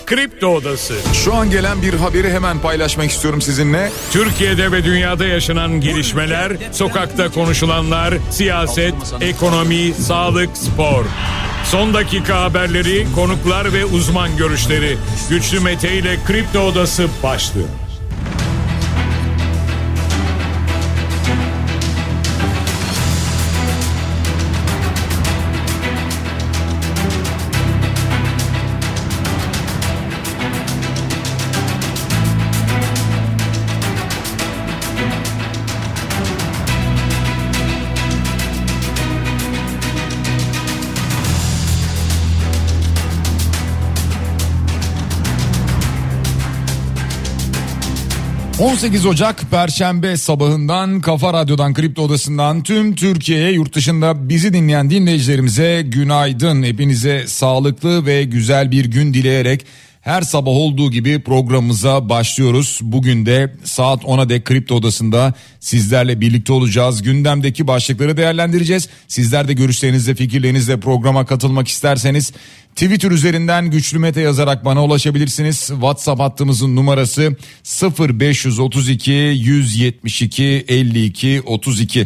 Kripto Odası. Şu an gelen bir haberi hemen paylaşmak istiyorum sizinle. Türkiye'de ve dünyada yaşanan gelişmeler, sokakta konuşulanlar, siyaset, ekonomi, sağlık, spor. Son dakika haberleri, konuklar ve uzman görüşleri. Güçlü Mete ile Kripto Odası başlıyor. ...18 Ocak Perşembe sabahından Kafa Radyo'dan, Kripto Odası'ndan tüm Türkiye'ye, yurt dışında bizi dinleyen dinleyicilerimize günaydın. Hepinize sağlıklı ve güzel bir gün dileyerek her sabah olduğu gibi programımıza başlıyoruz. Bugün de saat 10'a dek Kripto Odası'nda sizlerle birlikte olacağız. Gündemdeki başlıkları değerlendireceğiz. Sizler de görüşlerinizle, fikirlerinizle programa katılmak isterseniz Twitter üzerinden Güçlü Mete yazarak bana ulaşabilirsiniz. WhatsApp hattımızın numarası 0532 172 52 32.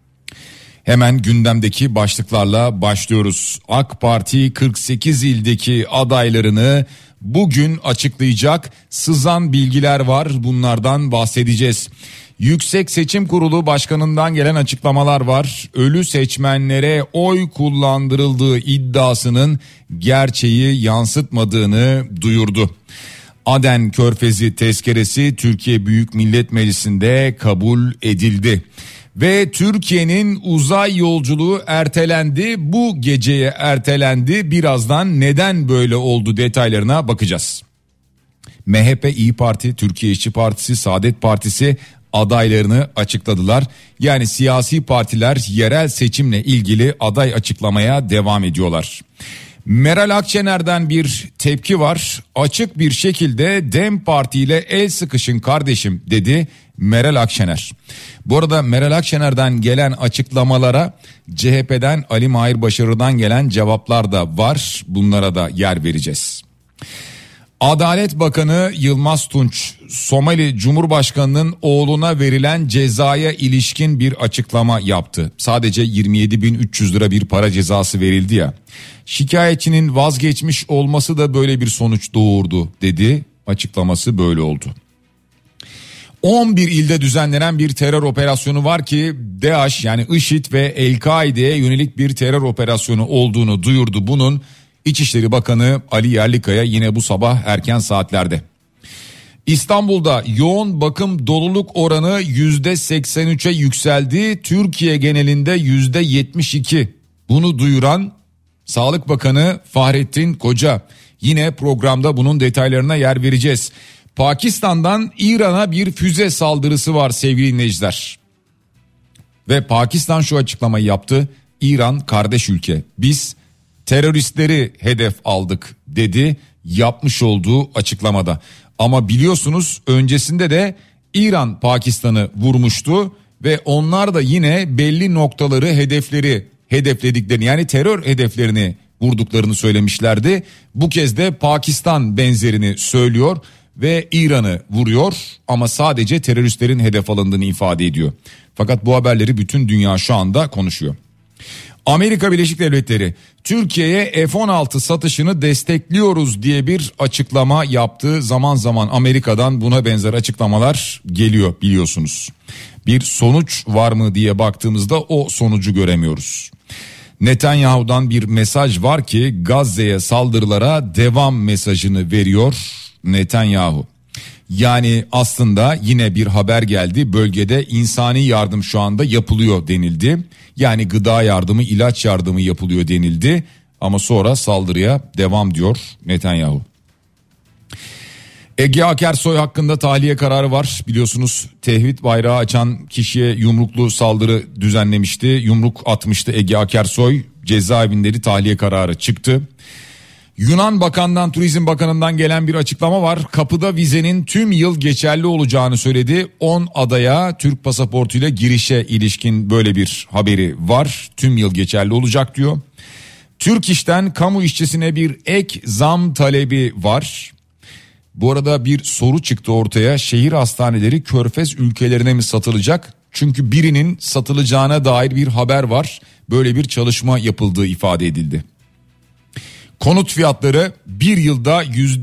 Hemen gündemdeki başlıklarla başlıyoruz. AK Parti 48 ildeki adaylarını bugün açıklayacak. Sızan bilgiler var, bunlardan bahsedeceğiz. Yüksek Seçim Kurulu Başkanı'ndan gelen açıklamalar var. Ölü seçmenlere oy kullandırıldığı iddiasının gerçeği yansıtmadığını duyurdu. Aden Körfezi tezkeresi Türkiye Büyük Millet Meclisi'nde kabul edildi. Ve Türkiye'nin uzay yolculuğu ertelendi. Bu geceye ertelendi. Birazdan neden böyle oldu detaylarına bakacağız. MHP, İYİ Parti, Türkiye İşçi Partisi, Saadet Partisi adaylarını açıkladılar. Yani siyasi partiler yerel seçimle ilgili aday açıklamaya devam ediyorlar. Meral Akşener'den bir tepki var. Açık bir şekilde DEM Parti ile el sıkışın kardeşim dedi Meral Akşener. Bu arada Meral Akşener'den gelen açıklamalara CHP'den Ali Mahir Başarı'dan gelen cevaplar da var. Bunlara da yer vereceğiz. Adalet Bakanı Yılmaz Tunç, Somali Cumhurbaşkanı'nın oğluna verilen cezaya ilişkin bir açıklama yaptı. Sadece 27.300 lira bir para cezası verildi ya. Şikayetçinin vazgeçmiş olması da böyle bir sonuç doğurdu dedi. Açıklaması böyle oldu. 11 ilde düzenlenen bir terör operasyonu var ki DAEŞ yani IŞİD ve El-Kaide'ye yönelik bir terör operasyonu olduğunu duyurdu. Bunun İçişleri Bakanı Ali Yerlikaya yine bu sabah erken saatlerde. İstanbul'da yoğun bakım doluluk oranı %83'e yükseldi. Türkiye genelinde %72. Bunu duyuran Sağlık Bakanı Fahrettin Koca. Yine programda bunun detaylarına yer vereceğiz. Pakistan'dan İran'a bir füze saldırısı var sevgili dinleyiciler. Ve Pakistan şu açıklamayı yaptı. İran kardeş ülke. Biz teröristleri hedef aldık dedi yapmış olduğu açıklamada. Ama biliyorsunuz öncesinde de İran Pakistan'ı vurmuştu ve onlar da yine belli noktaları hedeflediklerini yani terör hedeflerini vurduklarını söylemişlerdi. Bu kez de Pakistan benzerini söylüyor ve İran'ı vuruyor ama sadece teröristlerin hedef alındığını ifade ediyor. Fakat bu haberleri bütün dünya şu anda konuşuyor. Amerika Birleşik Devletleri Türkiye'ye F-16 satışını destekliyoruz diye bir açıklama yaptı. Zaman zaman Amerika'dan buna benzer açıklamalar geliyor biliyorsunuz. Bir sonuç var mı diye baktığımızda o sonucu göremiyoruz. Netanyahu'dan bir mesaj var ki Gazze'ye saldırılara devam mesajını veriyor Netanyahu. Yani aslında yine bir haber geldi, bölgede insani yardım şu anda yapılıyor denildi. Yani gıda yardımı, ilaç yardımı yapılıyor denildi ama sonra saldırıya devam diyor Netanyahu. Ege Akersoy hakkında tahliye kararı var. Biliyorsunuz tevhid bayrağı açan kişiye yumruklu saldırı düzenlemişti. Yumruk atmıştı Ege Akersoy. Cezaevinleri tahliye kararı çıktı. Yunan Bakan'dan, Turizm Bakanı'ndan gelen bir açıklama var. Kapıda vizenin tüm yıl geçerli olacağını söyledi. 10 adaya Türk pasaportuyla girişe ilişkin böyle bir haberi var. Tüm yıl geçerli olacak diyor. Türk İş'ten kamu işçisine bir ek zam talebi var. Bu arada bir soru çıktı ortaya. Şehir hastaneleri Körfez ülkelerine mi satılacak? Çünkü birinin satılacağına dair bir haber var. Böyle bir çalışma yapıldığı ifade edildi. Konut fiyatları bir yılda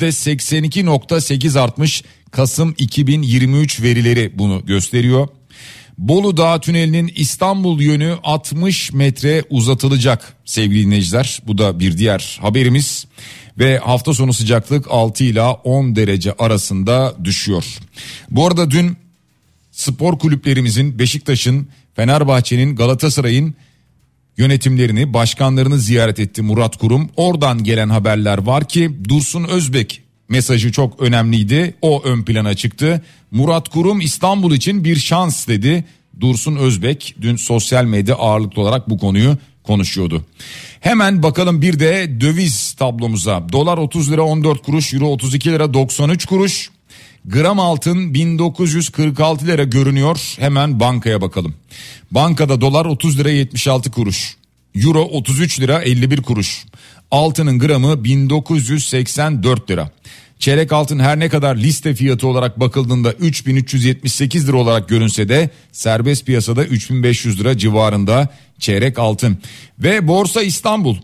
%82.8 artmış. Kasım 2023 verileri bunu gösteriyor. Bolu Dağı Tüneli'nin İstanbul yönü 60 metre uzatılacak sevgili dinleyiciler. Bu da bir diğer haberimiz. Ve hafta sonu sıcaklık 6 ila 10 derece arasında düşüyor. Bu arada dün spor kulüplerimizin, Beşiktaş'ın, Fenerbahçe'nin, Galatasaray'ın yönetimlerini, başkanlarını ziyaret etti Murat Kurum. Oradan gelen haberler var ki Dursun Özbek mesajı çok önemliydi. O ön plana çıktı. Murat Kurum İstanbul için bir şans dedi. Dursun Özbek dün sosyal medya ağırlıklı olarak bu konuyu konuşuyordu. Hemen bakalım bir de döviz tablomuza. Dolar 30 lira 14 kuruş, euro 32 lira 93 kuruş. Gram altın 1946 lira görünüyor. Hemen bankaya bakalım. Bankada dolar 30 lira 76 kuruş. Euro 33 lira 51 kuruş. Altının gramı 1984 lira. Çeyrek altın her ne kadar liste fiyatı olarak bakıldığında 3378 lira olarak görünse de serbest piyasada 3500 lira civarında çeyrek altın. Ve Borsa İstanbul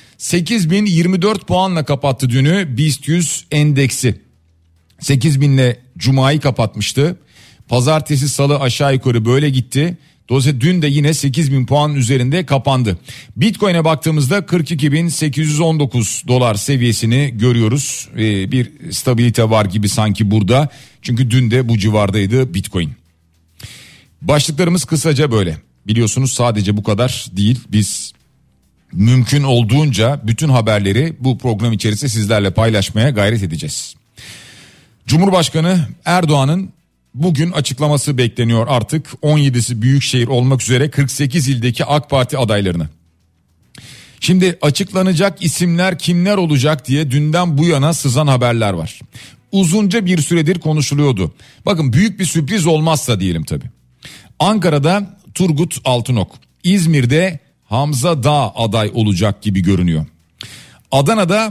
8024 puanla kapattı dünü BIST 100 endeksi. 8000'le Cuma'yı kapatmıştı. Pazartesi salı aşağı yukarı böyle gitti. Dolayısıyla dün de yine 8000 puan üzerinde kapandı. Bitcoin'e baktığımızda 42.819 dolar seviyesini görüyoruz. Bir stabilite var gibi sanki burada. Çünkü dün de bu civardaydı Bitcoin. Başlıklarımız kısaca böyle. Biliyorsunuz sadece bu kadar değil. Biz mümkün olduğunca bütün haberleri bu program içerisinde sizlerle paylaşmaya gayret edeceğiz. Cumhurbaşkanı Erdoğan'ın bugün açıklaması bekleniyor artık 17'si büyükşehir olmak üzere 48 ildeki AK Parti adaylarını. Şimdi açıklanacak isimler kimler olacak diye dünden bu yana sızan haberler var. Uzunca bir süredir konuşuluyordu. Bakın büyük bir sürpriz olmazsa diyelim tabii. Ankara'da Turgut Altınok, İzmir'de Hamza Dağ aday olacak gibi görünüyor. Adana'da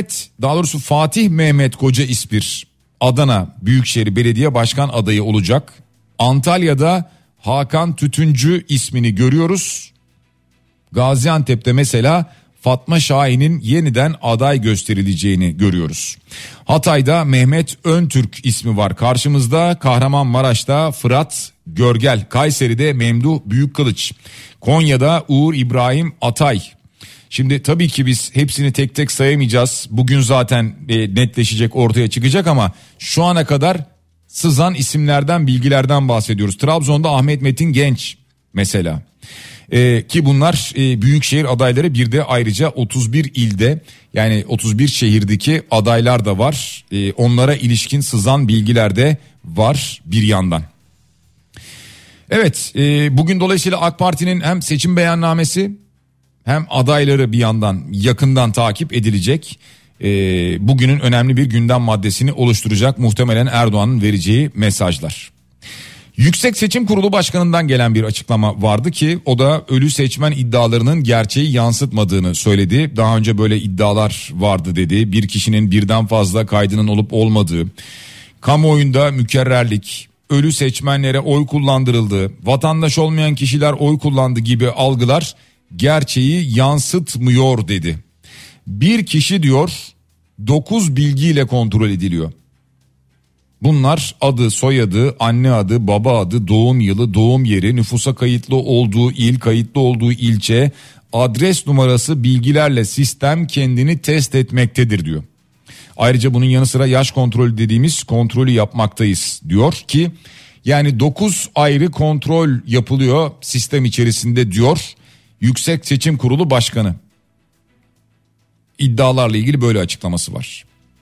Fatih Mehmet Koca İspir Adana Büyükşehir Belediye Başkan adayı olacak. Antalya'da Hakan Tütüncü ismini görüyoruz. Gaziantep'te mesela Fatma Şahin'in yeniden aday gösterileceğini görüyoruz. Hatay'da Mehmet Öntürk ismi var karşımızda. Kahramanmaraş'ta Fırat Görgel, Kayseri'de Memduh Büyükkılıç, Konya'da Uğur İbrahim Atay. Şimdi tabii ki biz hepsini tek tek sayamayacağız. Bugün zaten netleşecek, ortaya çıkacak ama şu ana kadar sızan isimlerden, bilgilerden bahsediyoruz. Trabzon'da Ahmet Metin Genç mesela. Ki bunlar büyükşehir adayları, bir de ayrıca 31 ilde yani 31 şehirdeki adaylar da var. Onlara ilişkin sızan bilgiler de var bir yandan. Evet, bugün dolayısıyla AK Parti'nin hem seçim beyannamesi hem adayları bir yandan yakından takip edilecek. Bugünün önemli bir gündem maddesini oluşturacak muhtemelen Erdoğan'ın vereceği mesajlar. Yüksek Seçim Kurulu Başkanı'ndan gelen bir açıklama vardı ki o da ölü seçmen iddialarının gerçeği yansıtmadığını söyledi. Daha önce böyle iddialar vardı dedi. Bir kişinin birden fazla kaydının olup olmadığı, kamuoyunda mükerrerlik, ölü seçmenlere oy kullandırıldığı, vatandaş olmayan kişiler oy kullandı gibi algılar gerçeği yansıtmıyor dedi. Bir kişi diyor 9 bilgiyle kontrol ediliyor. Bunlar adı, soyadı, anne adı, baba adı, doğum yılı, doğum yeri, nüfusa kayıtlı olduğu il, kayıtlı olduğu ilçe, adres numarası bilgilerle sistem kendini test etmektedir diyor. Ayrıca bunun yanı sıra yaş kontrolü dediğimiz kontrolü yapmaktayız diyor ki yani 9 ayrı kontrol yapılıyor sistem içerisinde diyor Yüksek Seçim Kurulu Başkanı. İddialarla ilgili böyle açıklaması var.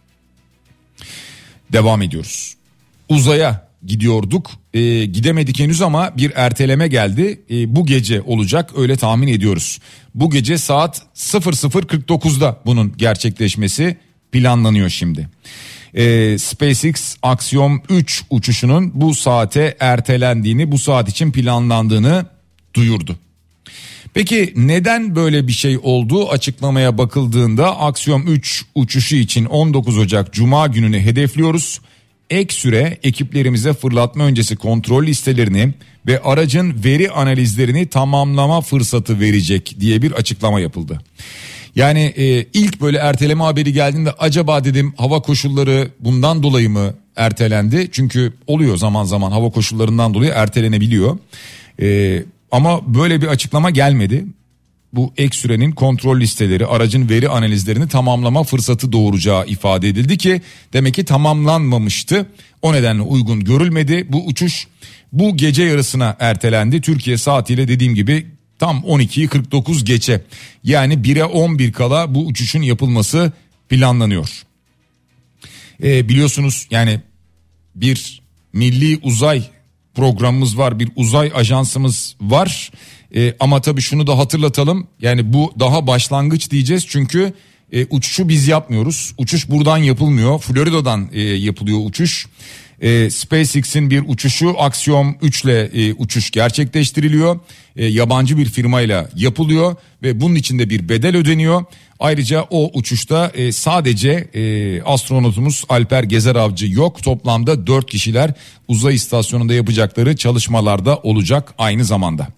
Devam ediyoruz. Uzaya gidiyorduk. Gidemedik henüz ama bir erteleme geldi. Bu gece olacak öyle tahmin ediyoruz. Bu gece saat 00.49'da bunun gerçekleşmesi planlanıyor şimdi. SpaceX Axiom 3 uçuşunun bu saate ertelendiğini, bu saat için planlandığını duyurdu. Peki neden böyle bir şey oldu? Açıklamaya bakıldığında Aksiyon 3 uçuşu için 19 Ocak Cuma gününü hedefliyoruz. Ek süre ekiplerimize fırlatma öncesi kontrol listelerini ve aracın veri analizlerini tamamlama fırsatı verecek diye bir açıklama yapıldı. Yani ilk böyle erteleme haberi geldiğinde acaba dedim hava koşulları bundan dolayı mı ertelendi? Çünkü oluyor zaman zaman hava koşullarından dolayı ertelenebiliyor. Ama böyle bir açıklama gelmedi. Bu ek sürenin kontrol listeleri, aracın veri analizlerini tamamlama fırsatı doğuracağı ifade edildi ki demek ki tamamlanmamıştı. O nedenle uygun görülmedi. Bu uçuş bu gece yarısına ertelendi. Türkiye saatiyle dediğim gibi tam 12'yi 49 geçe, yani 1'e 11 kala bu uçuşun yapılması planlanıyor. Biliyorsunuz yani bir milli uzay programımız var, bir uzay ajansımız var. Ama tabii şunu da hatırlatalım, yani bu daha başlangıç diyeceğiz çünkü uçuşu biz yapmıyoruz. Uçuş buradan yapılmıyor, Florida'dan yapılıyor uçuş. SpaceX'in bir uçuşu Aksiyon 3 ile uçuş gerçekleştiriliyor. Yabancı bir firmayla yapılıyor ve bunun için de bir bedel ödeniyor. Ayrıca o uçuşta sadece astronotumuz Alper Gezer Avcı yok. Toplamda 4 kişiler uzay istasyonunda yapacakları çalışmalarda olacak aynı zamanda.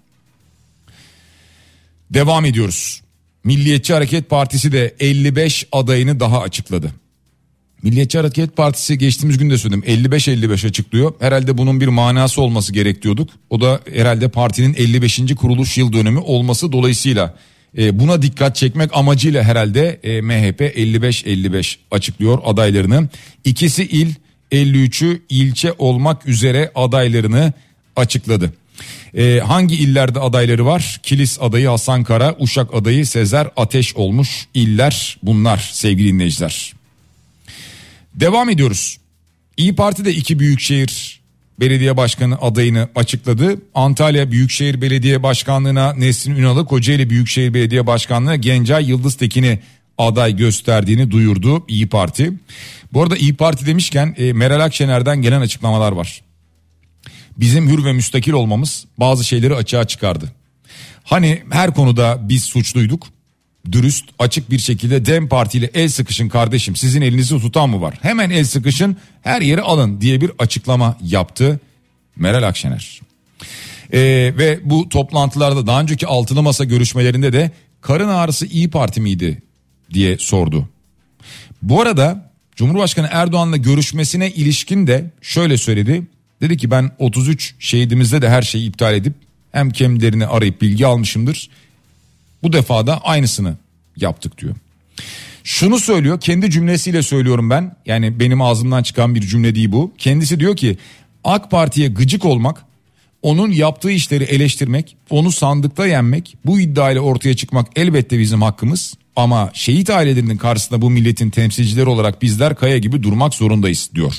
Devam ediyoruz. Milliyetçi Hareket Partisi de 55 adayını daha açıkladı. Milliyetçi Hareket Partisi geçtiğimiz gün de söyledim 55-55 açıklıyor. Herhalde bunun bir manası olması gerek diyorduk. O da herhalde partinin 55. kuruluş yıl dönümü olması dolayısıyla buna dikkat çekmek amacıyla herhalde MHP 55-55 açıklıyor adaylarını. İkisi il, 53'ü ilçe olmak üzere adaylarını açıkladı. Hangi illerde adayları var? Kilis adayı Hasan Kara, Uşak adayı Sezer Ateş olmuş iller bunlar sevgili dinleyiciler. Devam ediyoruz. İYİ Parti de 2 büyükşehir belediye başkanı adayını açıkladı. Antalya Büyükşehir Belediye Başkanlığı'na Nesrin Ünal'ı, Kocaeli Büyükşehir Belediye Başkanlığı'na Gencay Yıldıztekin'i aday gösterdiğini duyurdu İYİ Parti. Bu arada İYİ Parti demişken Meral Akşener'den gelen açıklamalar var. Bizim hür ve müstakil olmamız bazı şeyleri açığa çıkardı. Hani her konuda biz suçluyduk. Dürüst, açık bir şekilde DEM Parti ile el sıkışın kardeşim, sizin elinizi tutan mı var? Hemen el sıkışın, her yeri alın diye bir açıklama yaptı Meral Akşener. Ve bu toplantılarda daha önceki altılı masa görüşmelerinde de karın ağrısı İYİ Parti miydi diye sordu. Bu arada Cumhurbaşkanı Erdoğan'la görüşmesine ilişkin de şöyle söyledi. Dedi ki ben 33 şehidimizde de her şeyi iptal edip hem kendilerini arayıp bilgi almışımdır. Bu defa da aynısını yaptık diyor. Şunu söylüyor, kendi cümlesiyle söylüyorum ben. Yani benim ağzımdan çıkan bir cümle değil bu. Kendisi diyor ki AK Parti'ye gıcık olmak, onun yaptığı işleri eleştirmek, onu sandıkta yenmek, bu iddiayla ortaya çıkmak elbette bizim hakkımız. Ama şehit ailelerinin karşısında bu milletin temsilcileri olarak bizler kaya gibi durmak zorundayız diyor.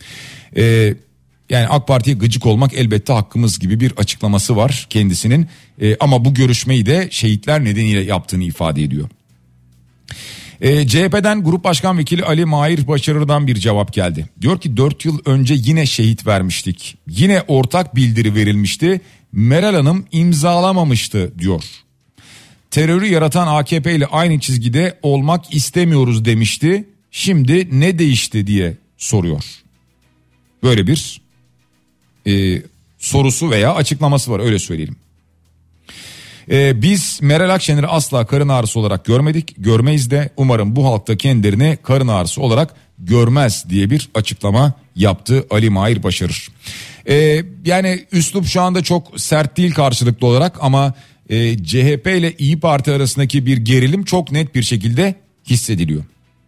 Yani AK Parti'ye gıcık olmak elbette hakkımız gibi bir açıklaması var kendisinin. Ama bu görüşmeyi de şehitler nedeniyle yaptığını ifade ediyor. CHP'den Grup Başkan Vekili Ali Mahir Başarır'dan bir cevap geldi. Diyor ki 4 yıl önce yine şehit vermiştik. Yine ortak bildiri verilmişti. Meral Hanım imzalamamıştı diyor. Terörü yaratan AKP ile aynı çizgide olmak istemiyoruz demişti. Şimdi ne değişti diye soruyor. Böyle bir sorusu veya açıklaması var, öyle söyleyelim. Biz Meral Akşener'i asla karın ağrısı olarak görmedik, görmeyiz de umarım bu halk da kendilerini karın ağrısı olarak görmez diye bir açıklama yaptı Ali Mahir Başarır. Yani üslup şu anda çok sert değil karşılıklı olarak ama CHP ile İYİ Parti arasındaki bir gerilim çok net bir şekilde hissediliyor.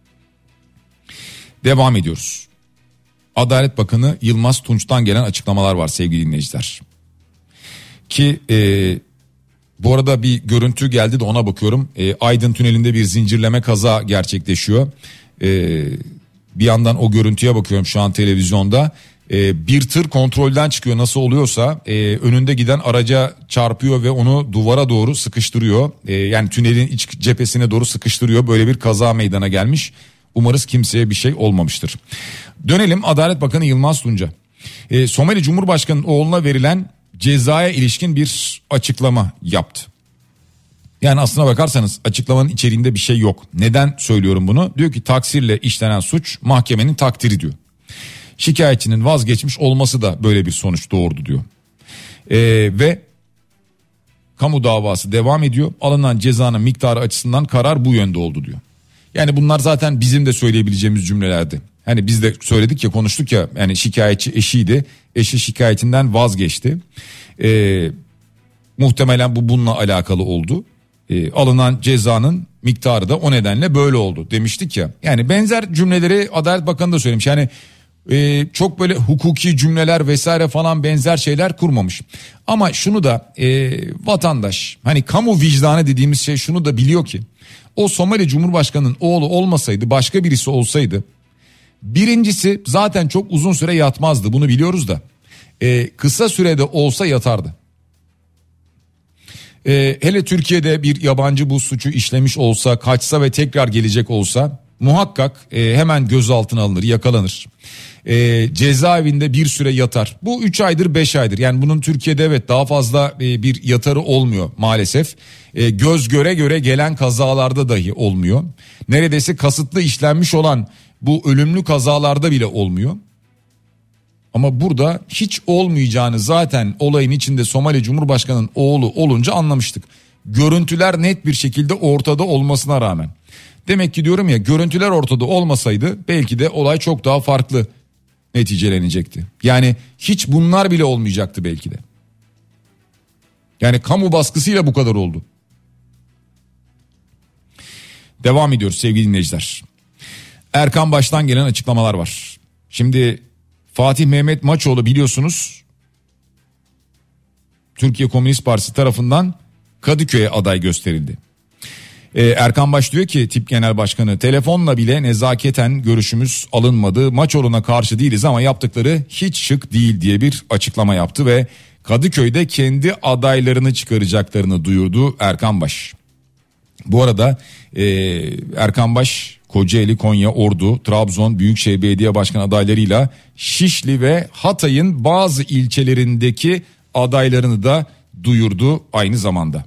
Devam ediyoruz. Adalet Bakanı Yılmaz Tunç'tan gelen açıklamalar var sevgili dinleyiciler. Ki bu arada bir görüntü geldi de ona bakıyorum. Aydın Tüneli'nde bir zincirleme kaza gerçekleşiyor. Bir yandan o görüntüye bakıyorum şu an televizyonda. Bir tır kontrolden çıkıyor, nasıl oluyorsa önünde giden araca çarpıyor ve onu duvara doğru sıkıştırıyor. Yani tünelin iç cephesine doğru sıkıştırıyor. Böyle bir kaza meydana gelmiş. Umarız kimseye bir şey olmamıştır. Dönelim Adalet Bakanı Yılmaz Tunç'a. Somali Cumhurbaşkanı'nın oğluna verilen cezaya ilişkin bir açıklama yaptı. Yani aslına bakarsanız açıklamanın içeriğinde bir şey yok. Neden söylüyorum bunu? Diyor ki taksirle işlenen suç mahkemenin takdiri diyor. Şikayetçinin vazgeçmiş olması da böyle bir sonuç doğurdu diyor. Ve kamu davası devam ediyor. Alınan cezanın miktarı açısından karar bu yönde oldu diyor. Yani bunlar zaten bizim de söyleyebileceğimiz cümlelerdi. Hani biz de söyledik ya, konuştuk ya, yani şikayetçi eşiydi. Eşi şikayetinden vazgeçti. Muhtemelen bu bununla alakalı oldu. Alınan cezanın miktarı da o nedenle böyle oldu demiştik ya. Yani benzer cümleleri Adalet Bakanı da söylemiş. Yani çok böyle hukuki cümleler vesaire falan benzer şeyler kurmamış. Ama şunu da vatandaş, hani kamu vicdanı dediğimiz şey şunu da biliyor ki o Somali Cumhurbaşkanı'nın oğlu olmasaydı, başka birisi olsaydı, birincisi zaten çok uzun süre yatmazdı, bunu biliyoruz da kısa sürede olsa yatardı. Hele Türkiye'de bir yabancı bu suçu işlemiş olsa, kaçsa ve tekrar gelecek olsa muhakkak hemen gözaltına alınır, yakalanır. Cezaevinde bir süre yatar. Bu 3 aydır 5 aydır, yani bunun Türkiye'de evet daha fazla bir yatarı olmuyor maalesef. Göz göre göre gelen kazalarda dahi olmuyor. Neredeyse kasıtlı işlenmiş olan bu ölümlü kazalarda bile olmuyor. Ama burada hiç olmayacağını zaten olayın içinde Somali Cumhurbaşkanı'nın oğlu olunca anlamıştık. Görüntüler net bir şekilde ortada olmasına rağmen. Demek ki diyorum ya, görüntüler ortada olmasaydı belki de olay çok daha farklı neticelenecekti. Yani hiç bunlar bile olmayacaktı belki de. Yani kamu baskısıyla bu kadar oldu. Devam ediyoruz sevgili dinleyiciler. Erkan Baş'tan gelen açıklamalar var. Şimdi Fatih Mehmet Maçoğlu biliyorsunuz Türkiye Komünist Partisi tarafından Kadıköy'e aday gösterildi. Erkan Baş diyor ki tip genel başkanı, telefonla bile nezaketen görüşümüz alınmadı. Maçoğlu'na karşı değiliz ama yaptıkları hiç şık değil diye bir açıklama yaptı ve Kadıköy'de kendi adaylarını çıkaracaklarını duyurdu Erkan Baş. Bu arada Erkan Baş Kocaeli, Konya, Ordu, Trabzon Büyükşehir Belediye Başkanı adaylarıyla Şişli ve Hatay'ın bazı ilçelerindeki adaylarını da duyurdu aynı zamanda.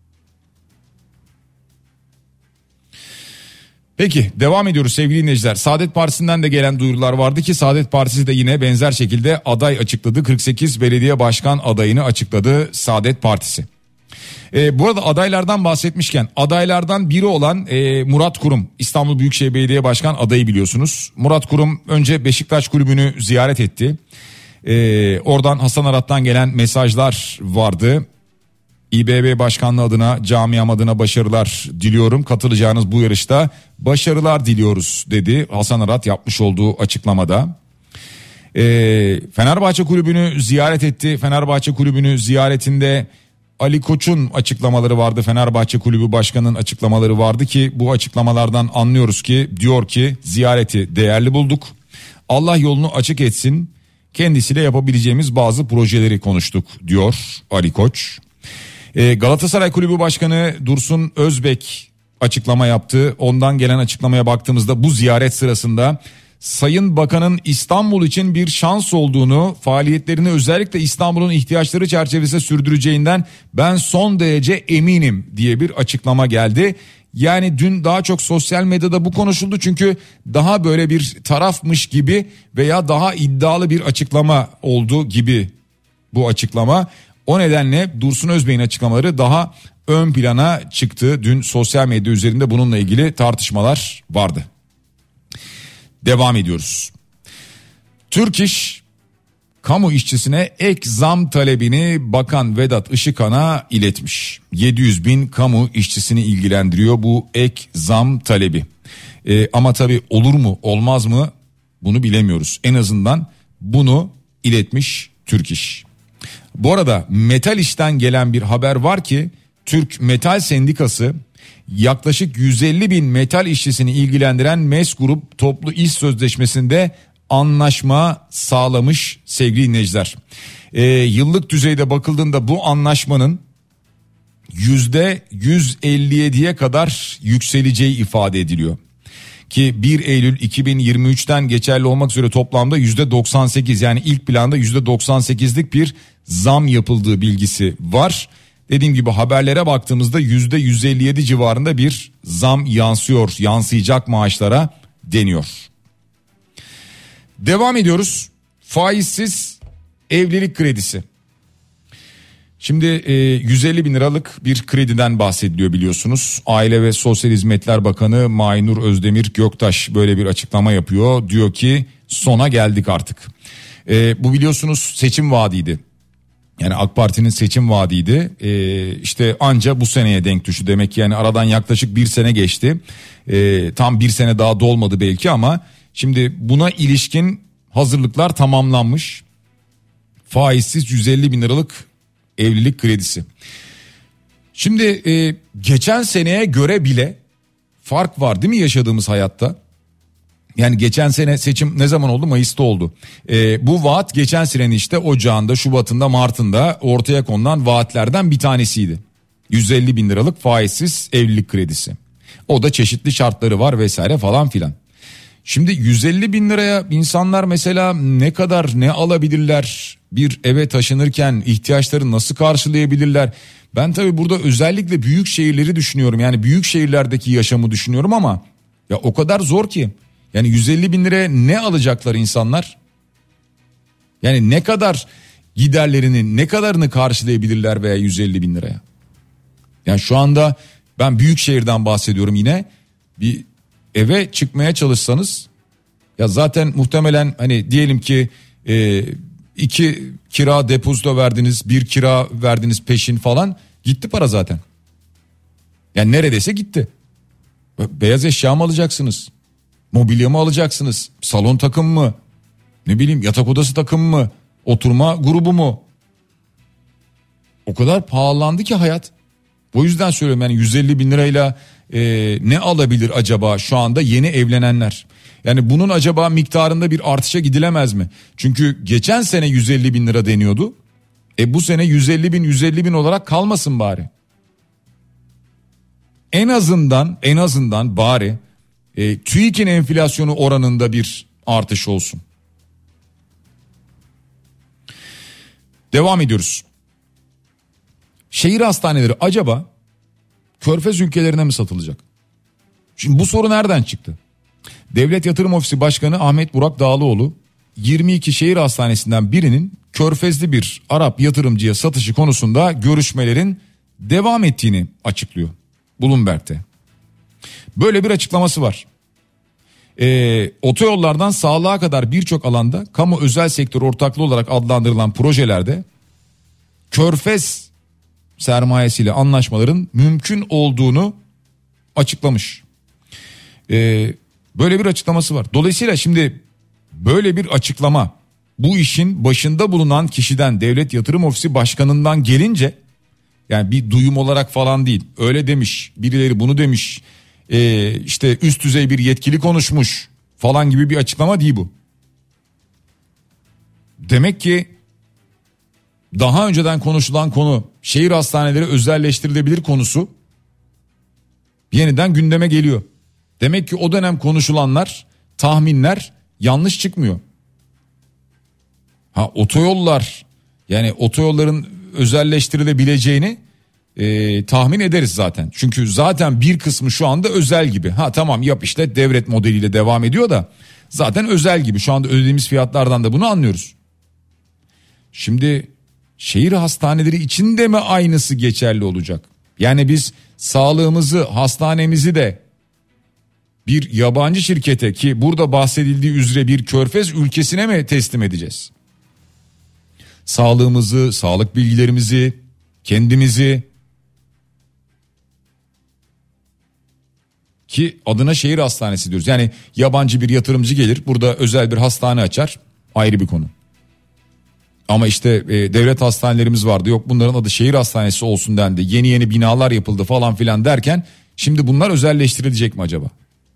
Peki devam ediyoruz sevgili dinleyiciler. Saadet Partisi'nden de gelen duyurular vardı ki Saadet Partisi de yine benzer şekilde aday açıkladı. 48 belediye başkan adayını açıkladı Saadet Partisi. Bu arada adaylardan bahsetmişken adaylardan biri olan Murat Kurum, İstanbul Büyükşehir Belediye Başkan adayı biliyorsunuz. Murat Kurum önce Beşiktaş Kulübü'nü ziyaret etti. Oradan Hasan Arat'tan gelen mesajlar vardı. İBB Başkanlığı adına, camiam adına başarılar diliyorum. Katılacağınız bu yarışta başarılar diliyoruz dedi Hasan Arat yapmış olduğu açıklamada. Fenerbahçe Kulübü'nü ziyaret etti. Fenerbahçe Kulübü'nü ziyaretinde Ali Koç'un açıklamaları vardı. Fenerbahçe Kulübü Başkanı'nın açıklamaları vardı ki bu açıklamalardan anlıyoruz ki diyor ki ziyareti değerli bulduk. Allah yolunu açık etsin. Kendisiyle yapabileceğimiz bazı projeleri konuştuk diyor Ali Koç. Galatasaray Kulübü Başkanı Dursun Özbek açıklama yaptı. Ondan gelen açıklamaya baktığımızda bu ziyaret sırasında Sayın Bakan'ın İstanbul için bir şans olduğunu, faaliyetlerini özellikle İstanbul'un ihtiyaçları çerçevesinde sürdüreceğinden ben son derece eminim diye bir açıklama geldi. Yani dün daha çok sosyal medyada bu konuşuldu çünkü daha böyle bir tarafmış gibi veya daha iddialı bir açıklama oldu gibi bu açıklama. O nedenle Dursun Özbek'in açıklamaları daha ön plana çıktı. Dün sosyal medya üzerinde bununla ilgili tartışmalar vardı. Devam ediyoruz. Türk İş kamu işçisine ek zam talebini Bakan Vedat Işıkhan'a iletmiş. 700 bin kamu işçisini ilgilendiriyor bu ek zam talebi. Ama tabii olur mu olmaz mı bunu bilemiyoruz. En azından bunu iletmiş Türk İş. Bu arada Metal İş'ten gelen bir haber var ki Türk Metal Sendikası yaklaşık 150 bin metal işçisini ilgilendiren MES Grup toplu iş sözleşmesinde anlaşma sağlamış sevgili dinleyiciler. Yıllık düzeyde bakıldığında bu anlaşmanın %157'ye kadar yükseleceği ifade ediliyor. Ki 1 Eylül 2023'ten geçerli olmak üzere toplamda %98, yani ilk planda %98'lik bir zam yapıldığı bilgisi var. dediğim gibi haberlere baktığımızda %157 civarında bir zam yansıyacak maaşlara deniyor. Devam ediyoruz. Faizsiz evlilik kredisi. Şimdi 150 bin liralık bir krediden bahsediliyor biliyorsunuz. Aile ve Sosyal Hizmetler Bakanı Maynur Özdemir Göktaş böyle bir açıklama yapıyor. Diyor ki sona geldik artık. Bu biliyorsunuz seçim vaadiydi. Yani AK Parti'nin seçim vaadiydi. İşte anca bu seneye denk düştü. Demek ki yani aradan yaklaşık bir sene geçti. Tam bir sene daha dolmadı belki ama şimdi buna ilişkin hazırlıklar tamamlanmış. Faizsiz 150 bin liralık evlilik kredisi. Şimdi geçen seneye göre bile fark var değil mi yaşadığımız hayatta? Yani geçen sene seçim ne zaman oldu? Mayıs'ta oldu. Bu vaat geçen senenin işte Ocağında, Şubat'ında, Mart'ında ortaya konulan vaatlerden bir tanesiydi. 150 bin liralık faizsiz evlilik kredisi. O da çeşitli şartları var vesaire falan filan. Şimdi 150 bin liraya insanlar mesela ne alabilirler? Bir eve taşınırken ihtiyaçları nasıl karşılayabilirler? Ben tabii burada özellikle büyük şehirleri düşünüyorum. Yani büyük şehirlerdeki yaşamı düşünüyorum ama ya o kadar zor ki. Yani 150 bin liraya ne alacaklar insanlar? Yani ne kadar giderlerinin ne kadarını karşılayabilirler veya 150 bin liraya? Yani şu anda ben büyük şehirden bahsediyorum yine. Bir eve çıkmaya çalışsanız ya zaten muhtemelen hani diyelim ki 2 kira depozito verdiniz, 1 kira verdiniz peşin falan, gitti para zaten. Yani neredeyse gitti. Beyaz eşya mı alacaksınız? Mobilya mı alacaksınız? Salon takımı mı? Ne bileyim yatak odası takımı mı? Oturma grubu mu? O kadar pahalandı ki hayat. O yüzden söylüyorum yani 150 bin lirayla ne alabilir acaba şu anda yeni evlenenler? Yani bunun acaba miktarında bir artışa gidilemez mi? Çünkü geçen sene 150 bin lira deniyordu. Bu sene 150 bin olarak kalmasın bari. En azından bari TÜİK'in enflasyonu oranında bir artış olsun. Devam ediyoruz. Şehir hastaneleri acaba Körfez ülkelerine mi satılacak? Şimdi bu soru nereden çıktı? Devlet Yatırım Ofisi Başkanı Ahmet Burak Dağlıoğlu 22 şehir hastanesinden birinin Körfezli bir Arap yatırımcıya satışı konusunda görüşmelerin devam ettiğini açıklıyor Bloomberg'te. Böyle bir açıklaması var. Otoyollardan sağlığa kadar birçok alanda kamu özel sektör ortaklığı olarak adlandırılan projelerde Körfez sermayesiyle anlaşmaların mümkün olduğunu açıklamış. Böyle bir açıklaması var. Dolayısıyla şimdi böyle bir açıklama bu işin başında bulunan kişiden, Devlet Yatırım Ofisi Başkanı'ndan gelince, yani bir duyum olarak falan değil, öyle demiş, birileri bunu demiş, işte üst düzey bir yetkili konuşmuş falan gibi bir açıklama değil bu. Demek ki daha önceden konuşulan konu, şehir hastaneleri özelleştirilebilir konusu yeniden gündeme geliyor. Demek ki o dönem konuşulanlar, tahminler yanlış çıkmıyor. Otoyollar, yani otoyolların özelleştirilebileceğini tahmin ederiz zaten. Çünkü zaten bir kısmı şu anda özel gibi. Tamam, yap işte, devlet modeliyle devam ediyor da zaten özel gibi. Şu anda ödediğimiz fiyatlardan da bunu anlıyoruz. Şimdi şehir hastaneleri için de mi aynısı geçerli olacak? Yani biz sağlığımızı, hastanemizi de bir yabancı şirkete, ki burada bahsedildiği üzere bir Körfez ülkesine mi teslim edeceğiz? Sağlığımızı, sağlık bilgilerimizi, kendimizi, ki adına şehir hastanesi diyoruz. Yani yabancı bir yatırımcı gelir, burada özel bir hastane açar, ayrı bir konu. Ama işte devlet hastanelerimiz vardı, yok bunların adı şehir hastanesi olsun dendi, yeni binalar yapıldı falan filan derken şimdi bunlar özelleştirilecek mi acaba?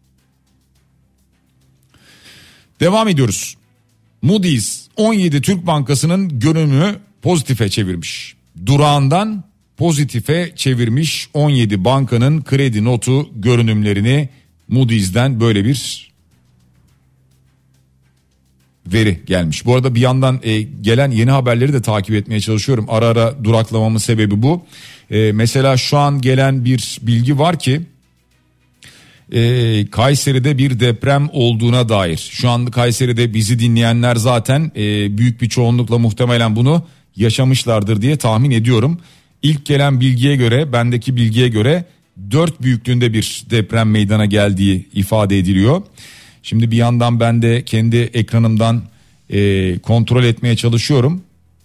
Devam ediyoruz. Moody's 17 Türk Bankası'nın görünümü pozitife çevirmiş. Durağından pozitife çevirmiş 17 bankanın kredi notu görünümlerini. Moody's'den böyle bir veri gelmiş. Bu arada bir yandan gelen yeni haberleri de takip etmeye çalışıyorum. Ara ara duraklamamın sebebi bu. Mesela şu an gelen bir bilgi var ki Kayseri'de bir deprem olduğuna dair. Şu an Kayseri'de bizi dinleyenler zaten büyük bir çoğunlukla muhtemelen bunu yaşamışlardır diye tahmin ediyorum. İlk gelen bilgiye göre, bendeki bilgiye göre 4 büyüklüğünde bir deprem meydana geldiği ifade ediliyor. Şimdi bir yandan ben de kendi ekranımdan kontrol etmeye çalışıyorum.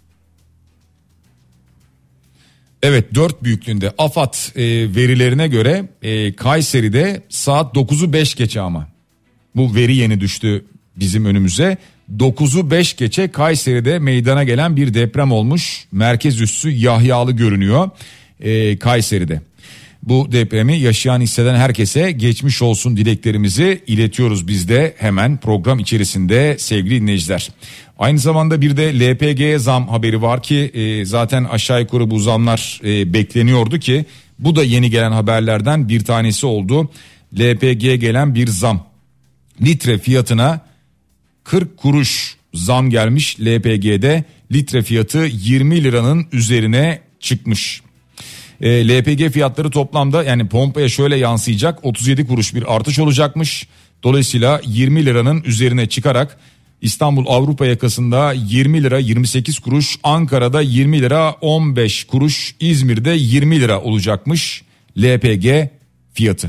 Evet, 4 büyüklüğünde. AFAD verilerine göre Kayseri'de saat 9'u 5 geçe, ama bu veri yeni düştü bizim önümüze. 9'u 5 geçe Kayseri'de meydana gelen bir deprem olmuş. Merkez üssü Yahyalı görünüyor Kayseri'de. Bu depremi yaşayan, hisseden herkese geçmiş olsun dileklerimizi iletiyoruz biz de hemen program içerisinde sevgili dinleyiciler. Aynı zamanda bir de LPG'ye zam haberi var ki zaten aşağı yukarı bu zamlar bekleniyordu ki bu da yeni gelen haberlerden bir tanesi oldu. LPG'ye gelen bir zam, litre fiyatına 40 kuruş zam gelmiş. LPG'de litre fiyatı 20 liranın üzerine çıkmış. LPG fiyatları toplamda, yani pompaya şöyle yansıyacak, 37 kuruş bir artış olacakmış. Dolayısıyla 20 liranın üzerine çıkarak İstanbul Avrupa yakasında 20 lira 28 kuruş, Ankara'da 20 lira 15 kuruş, İzmir'de 20 lira olacakmış LPG fiyatı.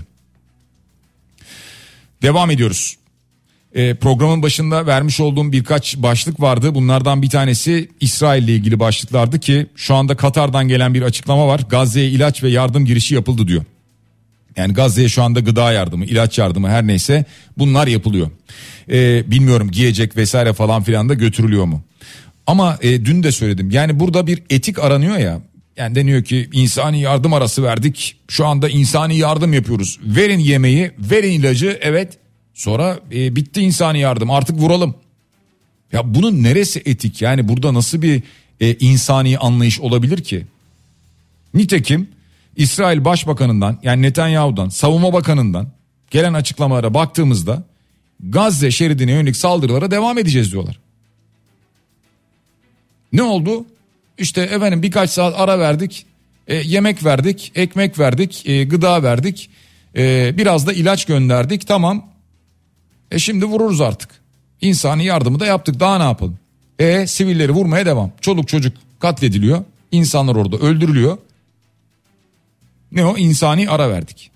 Devam ediyoruz. Programın başında vermiş olduğum birkaç başlık vardı. Bunlardan bir tanesi İsrail ile ilgili başlıklardı ki şu anda Katar'dan gelen bir açıklama var. Gazze'ye ilaç ve yardım girişi yapıldı diyor. Yani Gazze'ye şu anda gıda yardımı, ilaç yardımı, her neyse bunlar yapılıyor. Bilmiyorum, giyecek vesaire falan filan da götürülüyor mu? Ama dün de söyledim, yani burada bir etik aranıyor ya. Yani deniyor ki insani yardım arası verdik, şu anda insani yardım yapıyoruz. Verin yemeği, verin ilacı, evet. Sonra bitti insani yardım, artık vuralım. Ya bunun neresi etik? Yani burada nasıl bir insani anlayış olabilir ki? Nitekim İsrail Başbakanı'ndan, yani Netanyahu'dan, Savunma Bakanı'ndan gelen açıklamalara baktığımızda Gazze şeridine yönelik saldırılara devam edeceğiz diyorlar. Ne oldu? İşte efendim birkaç saat ara verdik, yemek verdik, ekmek verdik, gıda verdik, biraz da ilaç gönderdik, tamam. Şimdi vururuz artık. İnsani yardımı da yaptık, daha ne yapalım? Sivilleri vurmaya devam. Çoluk çocuk katlediliyor. İnsanlar orada öldürülüyor. Ne o? İnsani ara verdik.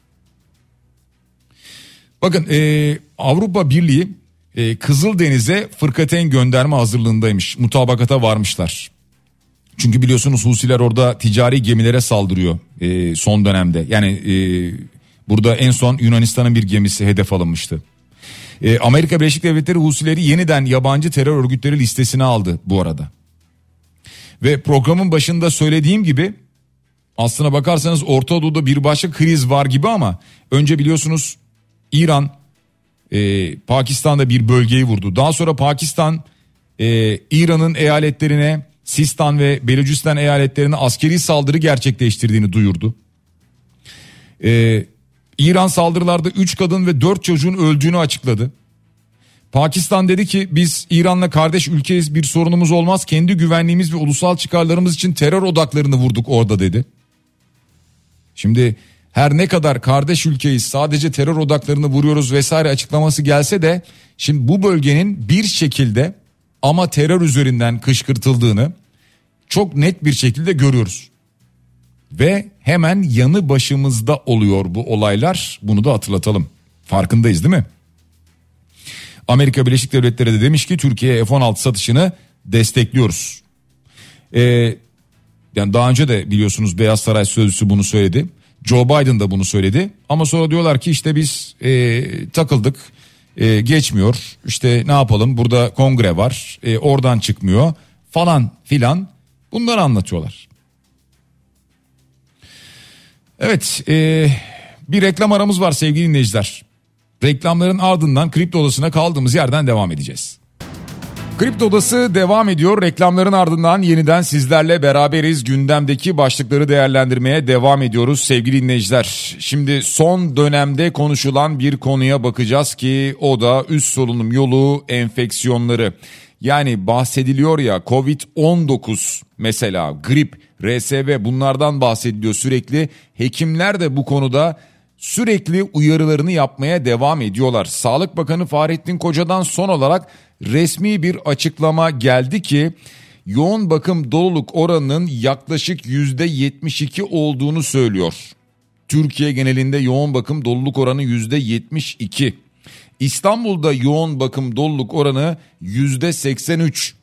Bakın Avrupa Birliği Kızıldeniz'e fırkateyn gönderme hazırlığındaymış. Mutabakata varmışlar. Çünkü biliyorsunuz Husiler orada ticari gemilere saldırıyor son dönemde. Yani burada en son Yunanistan'ın bir gemisi hedef alınmıştı. Amerika Birleşik Devletleri Husileri yeniden yabancı terör örgütleri listesine aldı bu arada. Ve programın başında söylediğim gibi aslına bakarsanız Orta Doğu'da bir başka kriz var gibi, ama önce biliyorsunuz İran Pakistan'da bir bölgeyi vurdu. Daha sonra Pakistan İran'ın eyaletlerine, Sistan ve Belucistan eyaletlerine askeri saldırı gerçekleştirdiğini duyurdu. İran saldırılarda 3 kadın ve 4 çocuğun öldüğünü açıkladı. Pakistan dedi ki biz İran'la kardeş ülkeyiz, bir sorunumuz olmaz. Kendi güvenliğimiz ve ulusal çıkarlarımız için terör odaklarını vurduk orada dedi. Şimdi her ne kadar kardeş ülkeyiz, sadece terör odaklarını vuruyoruz vesaire açıklaması gelse de şimdi bu bölgenin bir şekilde ama terör üzerinden kışkırtıldığını çok net bir şekilde görüyoruz. Ve hemen yanı başımızda oluyor bu olaylar, bunu da hatırlatalım. Farkındayız değil mi? Amerika Birleşik Devletleri de demiş ki Türkiye'ye F-16 satışını destekliyoruz. Yani daha önce de biliyorsunuz Beyaz Saray sözcüsü bunu söyledi. Joe Biden da bunu söyledi. Ama sonra diyorlar ki işte biz takıldık, geçmiyor. İşte ne yapalım, burada kongre var, oradan çıkmıyor falan filan, bunları anlatıyorlar. Evet, bir reklam aramız var sevgili dinleyiciler. Reklamların ardından Kripto Odası'na kaldığımız yerden devam edeceğiz. Kripto Odası devam ediyor. Reklamların ardından yeniden sizlerle beraberiz. Gündemdeki başlıkları değerlendirmeye devam ediyoruz sevgili dinleyiciler. Şimdi son dönemde konuşulan bir konuya bakacağız ki o da üst solunum yolu enfeksiyonları. Yani bahsediliyor ya, Covid-19 mesela, grip, RSV, bunlardan bahsediliyor sürekli. Hekimler de bu konuda sürekli uyarılarını yapmaya devam ediyorlar. Sağlık Bakanı Fahrettin Koca'dan son olarak resmi bir açıklama geldi ki yoğun bakım doluluk oranının yaklaşık %72 olduğunu söylüyor. Türkiye genelinde yoğun bakım doluluk oranı %72. İstanbul'da yoğun bakım doluluk oranı %83.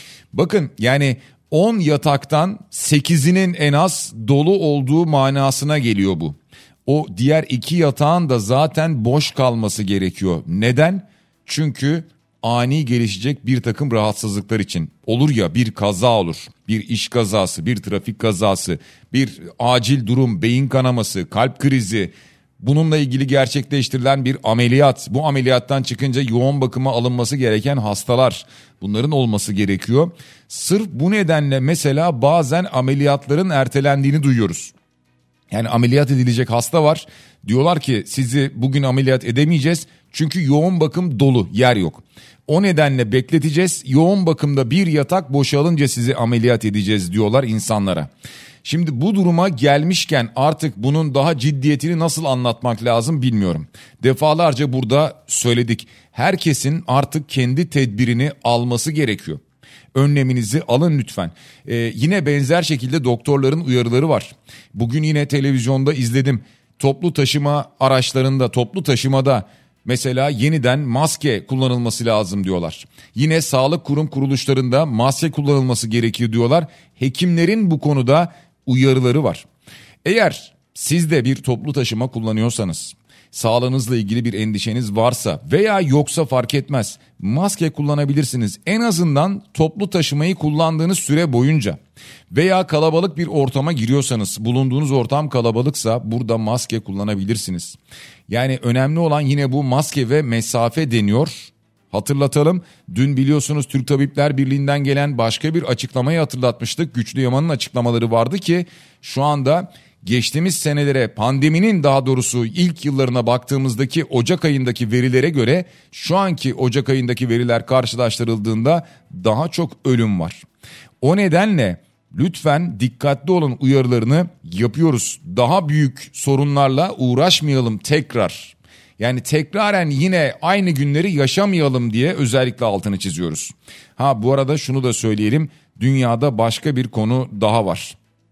Bakın yani 10 yataktan 8'inin en az dolu olduğu manasına geliyor bu. O diğer 2 yatağın da zaten boş kalması gerekiyor. Neden? Çünkü ani gelişecek bir takım rahatsızlıklar için. Olur ya, bir kaza olur, bir iş kazası, bir trafik kazası, bir acil durum, beyin kanaması, kalp krizi, bununla ilgili gerçekleştirilen bir ameliyat. Bu ameliyattan çıkınca yoğun bakıma alınması gereken hastalar, bunların olması gerekiyor. Sırf bu nedenle mesela bazen ameliyatların ertelendiğini duyuyoruz. Yani ameliyat edilecek hasta var. Diyorlar ki sizi bugün ameliyat edemeyeceğiz çünkü yoğun bakım dolu, yer yok. O nedenle bekleteceğiz. Yoğun bakımda bir yatak boşalınca sizi ameliyat edeceğiz diyorlar insanlara. Şimdi bu duruma gelmişken artık bunun daha ciddiyetini nasıl anlatmak lazım bilmiyorum. Defalarca burada söyledik. Herkesin artık kendi tedbirini alması gerekiyor. Önleminizi alın lütfen. Yine benzer şekilde doktorların uyarıları var. Bugün yine televizyonda izledim. Toplu taşıma araçlarında, toplu taşımada mesela yeniden maske kullanılması lazım diyorlar. Yine sağlık kurum kuruluşlarında maske kullanılması gerekiyor diyorlar. Hekimlerin bu konuda uyarıları var. Eğer siz de bir toplu taşıma kullanıyorsanız, sağlığınızla ilgili bir endişeniz varsa veya yoksa fark etmez, maske kullanabilirsiniz. En azından toplu taşımayı kullandığınız süre boyunca veya kalabalık bir ortama giriyorsanız, bulunduğunuz ortam kalabalıksa burada maske kullanabilirsiniz. Yani önemli olan yine bu maske ve mesafe deniyor. Hatırlatalım, dün biliyorsunuz Türk Tabipler Birliği'nden gelen başka bir açıklamayı hatırlatmıştık. Güçlü Yaman'ın açıklamaları vardı ki şu anda geçtiğimiz senelere, pandeminin daha doğrusu ilk yıllarına baktığımızdaki Ocak ayındaki verilere göre şu anki Ocak ayındaki veriler karşılaştırıldığında daha çok ölüm var. O nedenle lütfen dikkatli olun uyarılarını yapıyoruz. Daha büyük sorunlarla uğraşmayalım tekrar. Yani tekraren yine aynı günleri yaşamayalım diye özellikle altını çiziyoruz. Bu arada şunu da söyleyelim. Dünyada başka bir konu daha var.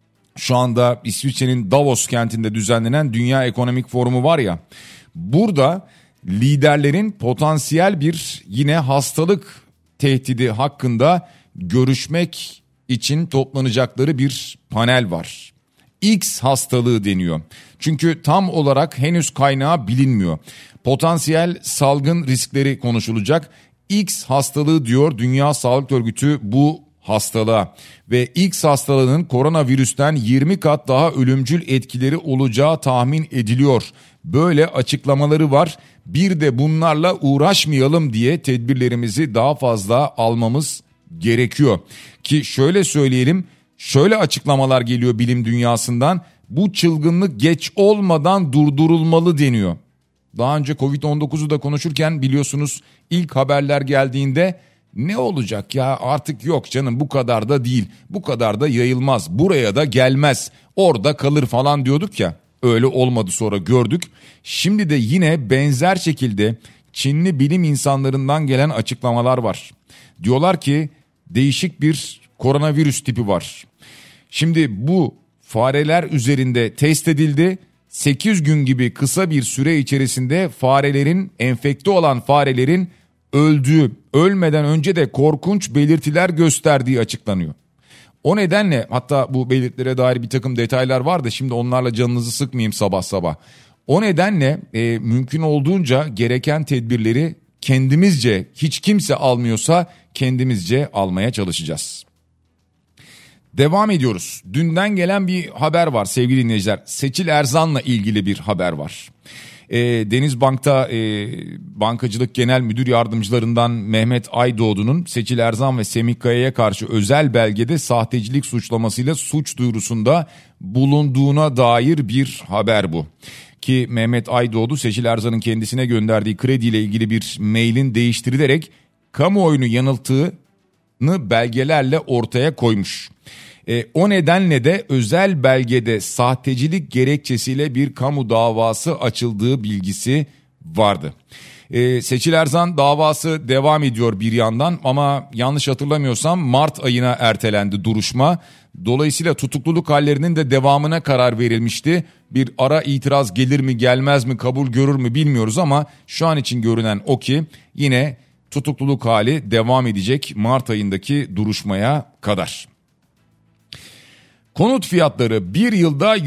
Şu anda İsviçre'nin Davos kentinde düzenlenen Dünya Ekonomik Forumu var ya. Burada liderlerin potansiyel bir yine hastalık tehdidi hakkında görüşmek için toplanacakları bir panel var. X hastalığı deniyor. Çünkü tam olarak henüz kaynağı bilinmiyor. Potansiyel salgın riskleri konuşulacak. X hastalığı diyor Dünya Sağlık Örgütü bu hastalığa ve X hastalığının koronavirüsten 20 kat daha ölümcül etkileri olacağı tahmin ediliyor. Böyle açıklamaları var. Bir de bunlarla uğraşmayalım diye tedbirlerimizi daha fazla almamız gerekiyor. Ki şöyle söyleyelim, şöyle açıklamalar geliyor bilim dünyasından. Bu çılgınlık geç olmadan durdurulmalı deniyor. Daha önce Covid-19'u da konuşurken biliyorsunuz ilk haberler geldiğinde ne olacak ya artık yok canım bu kadar da değil, bu kadar da yayılmaz, buraya da gelmez, orada kalır falan diyorduk ya. Öyle olmadı, sonra gördük. Şimdi de yine benzer şekilde Çinli bilim insanlarından gelen açıklamalar var. Diyorlar ki değişik bir koronavirüs tipi var. Şimdi bu fareler üzerinde test edildi. 8 gün gibi kısa bir süre içerisinde farelerin, enfekte olan farelerin öldüğü, ölmeden önce de korkunç belirtiler gösterdiği açıklanıyor. O nedenle hatta bu belirtilere dair bir takım detaylar var da şimdi onlarla canınızı sıkmayayım sabah sabah. O nedenle mümkün olduğunca gereken tedbirleri kendimizce, hiç kimse almıyorsa kendimizce almaya çalışacağız. Devam ediyoruz. Dünden gelen bir haber var sevgili dinleyiciler. Seçil Erzan'la ilgili bir haber var. Denizbank'ta bankacılık genel müdür yardımcılarından Mehmet Aydoğdu'nun Seçil Erzan ve Semih Kaya'ya karşı özel belgede sahtecilik suçlamasıyla suç duyurusunda bulunduğuna dair bir haber bu. Ki Mehmet Aydoğdu Seçil Erzan'ın kendisine gönderdiği krediyle ilgili bir mailin değiştirilerek kamuoyunu yanılttığı belgelerle ortaya koymuş. O nedenle de özel belgede sahtecilik gerekçesiyle bir kamu davası açıldığı bilgisi vardı. Seçil Erzan davası devam ediyor bir yandan ama yanlış hatırlamıyorsam Mart ayına ertelendi duruşma. Dolayısıyla tutukluluk hallerinin de devamına karar verilmişti. Bir ara itiraz gelir mi gelmez mi kabul görür mü bilmiyoruz ama şu an için görünen o ki yine tutukluluk hali devam edecek Mart ayındaki duruşmaya kadar. Konut fiyatları bir yılda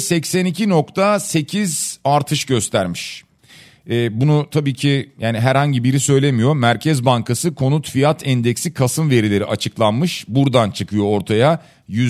%82.8 artış göstermiş. Bunu tabii ki yani herhangi biri söylemiyor. Merkez Bankası Konut Fiyat Endeksi Kasım verileri açıklanmış. Buradan çıkıyor ortaya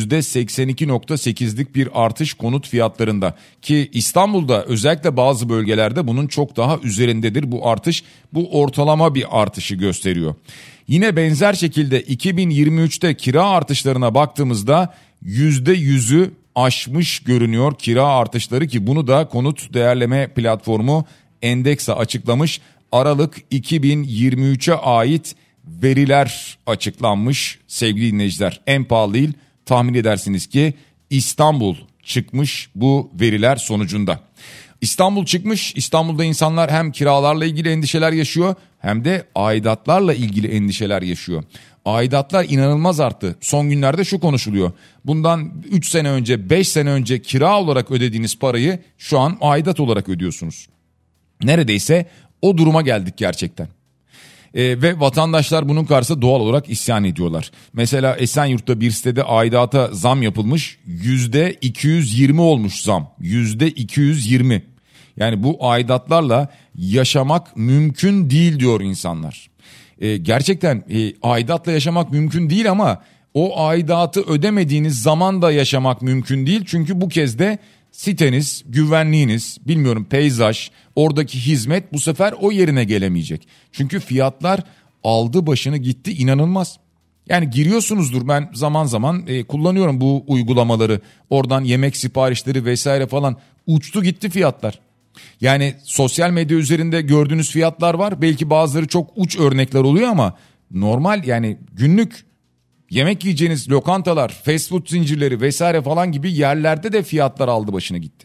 %82.8'lik bir artış konut fiyatlarında. Ki İstanbul'da özellikle bazı bölgelerde bunun çok daha üzerindedir bu artış. Bu ortalama bir artışı gösteriyor. Yine benzer şekilde 2023'te kira artışlarına baktığımızda %100'ü aşmış görünüyor kira artışları ki bunu da konut değerleme platformu Endeksa açıklamış. Aralık 2023'e ait veriler açıklanmış sevgili dinleyiciler. En pahalı il tahmin edersiniz ki İstanbul çıkmış bu veriler sonucunda. İstanbul çıkmış. İstanbul'da insanlar hem kiralarla ilgili endişeler yaşıyor hem de aidatlarla ilgili endişeler yaşıyor. Aidatlar inanılmaz arttı. Son günlerde şu konuşuluyor. Bundan 3 sene önce 5 sene önce kira olarak ödediğiniz parayı şu an aidat olarak ödüyorsunuz. Neredeyse o duruma geldik gerçekten. Ve vatandaşlar bunun karşısında doğal olarak isyan ediyorlar. Mesela Esenyurt'ta bir sitede aidata zam yapılmış. %220 olmuş zam. %220. Yani bu aidatlarla yaşamak mümkün değil diyor insanlar. Gerçekten aidatla yaşamak mümkün değil ama o aidatı ödemediğiniz zaman da yaşamak mümkün değil. Çünkü bu kez de siteniz, güvenliğiniz, bilmiyorum peyzaj, oradaki hizmet bu sefer o yerine gelemeyecek. Çünkü fiyatlar aldı başını gitti inanılmaz. Yani giriyorsunuzdur ben zaman zaman kullanıyorum bu uygulamaları. Oradan yemek siparişleri vesaire falan uçtu gitti fiyatlar. Yani sosyal medya üzerinde gördüğünüz fiyatlar var. Belki bazıları çok uç örnekler oluyor ama normal yani günlük yemek yiyeceğiniz lokantalar, fast food zincirleri vesaire falan gibi yerlerde de fiyatlar aldı başını gitti.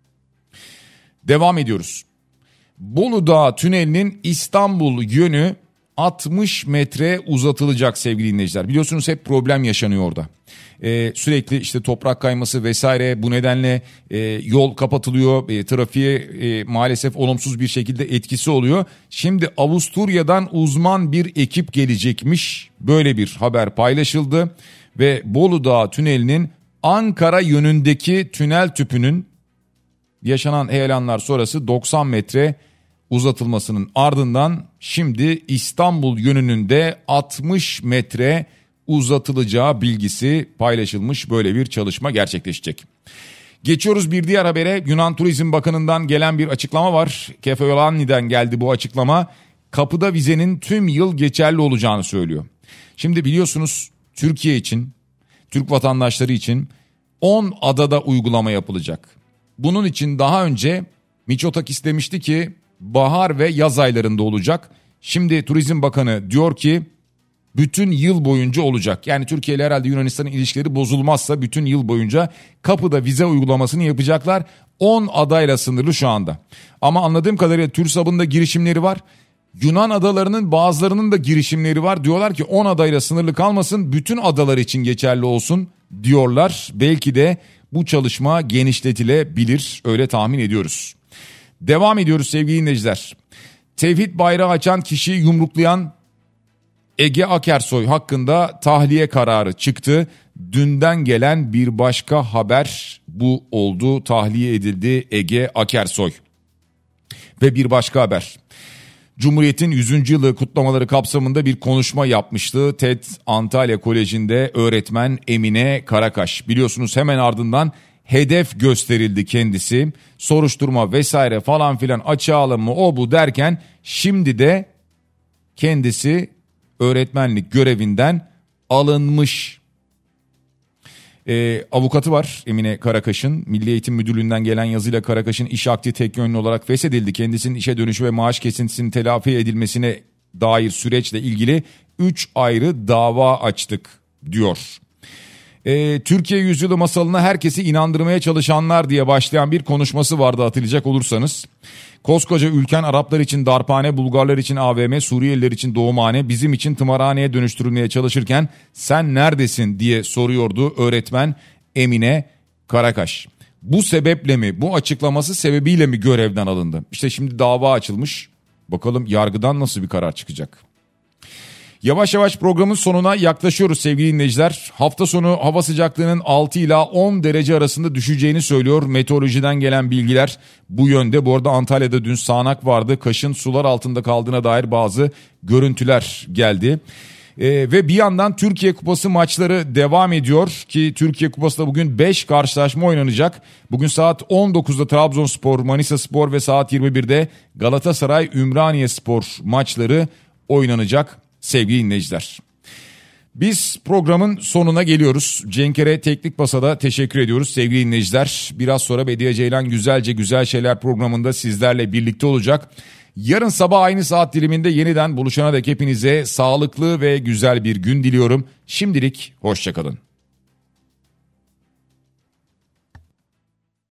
Devam ediyoruz. Bolu Dağı tünelinin İstanbul yönü 60 metre uzatılacak sevgili dinleyiciler. Biliyorsunuz hep problem yaşanıyor orada. Sürekli işte toprak kayması vesaire bu nedenle yol kapatılıyor. Trafiğe maalesef olumsuz bir şekilde etkisi oluyor. Şimdi Avusturya'dan uzman bir ekip gelecekmiş. Böyle bir haber paylaşıldı. Ve Bolu Dağı tünelinin Ankara yönündeki tünel tüpünün yaşanan heyelanlar sonrası 90 metre uzatılmasının ardından şimdi İstanbul yönünün de 60 metre uzatılacağı bilgisi paylaşılmış. Böyle bir çalışma gerçekleşecek. Geçiyoruz bir diğer habere. Yunan Turizm Bakanı'ndan gelen bir açıklama var. Kefalogianni'den geldi bu açıklama. Kapıda vizenin tüm yıl geçerli olacağını söylüyor. Şimdi biliyorsunuz Türkiye için, Türk vatandaşları için 10 adada uygulama yapılacak. Bunun için daha önce Mitsotakis demişti ki bahar ve yaz aylarında olacak. Şimdi Turizm Bakanı diyor ki bütün yıl boyunca olacak. Yani Türkiye ile herhalde Yunanistan'ın ilişkileri bozulmazsa bütün yıl boyunca kapıda vize uygulamasını yapacaklar. 10 adayla sınırlı şu anda. Ama anladığım kadarıyla TÜRSAB'ın da girişimleri var. Yunan adalarının bazılarının da girişimleri var. Diyorlar ki 10 adayla sınırlı kalmasın, bütün adalar için geçerli olsun diyorlar. Belki de bu çalışma genişletilebilir, öyle tahmin ediyoruz. Devam ediyoruz sevgili dinleyiciler. Tevhid bayrağı açan kişiyi yumruklayan Ege Akersoy hakkında tahliye kararı çıktı. Dünden gelen bir başka haber bu oldu. Tahliye edildi Ege Akersoy. Ve bir başka haber. Cumhuriyet'in 100. yılı kutlamaları kapsamında bir konuşma yapmıştı. TED Antalya Koleji'nde öğretmen Emine Karakaş. Biliyorsunuz hemen ardından hedef gösterildi kendisi. Soruşturma vesaire falan filan açığa alınma o bu derken şimdi de kendisi öğretmenlik görevinden alınmış. Avukatı var Emine Karakaş'ın. Milli Eğitim Müdürlüğü'nden gelen yazıyla Karakaş'ın iş akdi tek yönlü olarak feshedildi. Kendisinin işe dönüşü ve maaş kesintisinin telafi edilmesine dair süreçle ilgili 3 ayrı dava açtık diyor. Türkiye Yüzyılı masalına herkesi inandırmaya çalışanlar diye başlayan bir konuşması vardı hatırlayacak olursanız. Koskoca ülken Araplar için darphane, Bulgarlar için AVM, Suriyeliler için doğumhane, bizim için tımarhaneye dönüştürülmeye çalışırken sen neredesin diye soruyordu öğretmen Emine Karakaş. Bu sebeple mi, bu açıklaması sebebiyle mi görevden alındı? İşte şimdi dava açılmış. Bakalım yargıdan nasıl bir karar çıkacak? Yavaş yavaş programın sonuna yaklaşıyoruz sevgili dinleyiciler. Hafta sonu hava sıcaklığının 6 ila 10 derece arasında düşeceğini söylüyor. Meteorolojiden gelen bilgiler bu yönde. Bu arada Antalya'da dün sağanak vardı. Kaşın sular altında kaldığına dair bazı görüntüler geldi. Ve bir yandan Türkiye Kupası maçları devam ediyor ki Türkiye Kupası'da bugün 5 karşılaşma oynanacak. Bugün saat 19'da Trabzonspor, Manisaspor ve saat 21'de Galatasaray, Ümraniyespor maçları oynanacak sevgili dinleyiciler. Biz programın sonuna geliyoruz. Cenkere Teknik Masa'da teşekkür ediyoruz sevgili dinleyiciler. Biraz sonra Bediye Ceylan Güzel Şeyler programında sizlerle birlikte olacak. Yarın sabah aynı saat diliminde yeniden buluşana dek hepinize sağlıklı ve güzel bir gün diliyorum. Şimdilik hoşça kalın.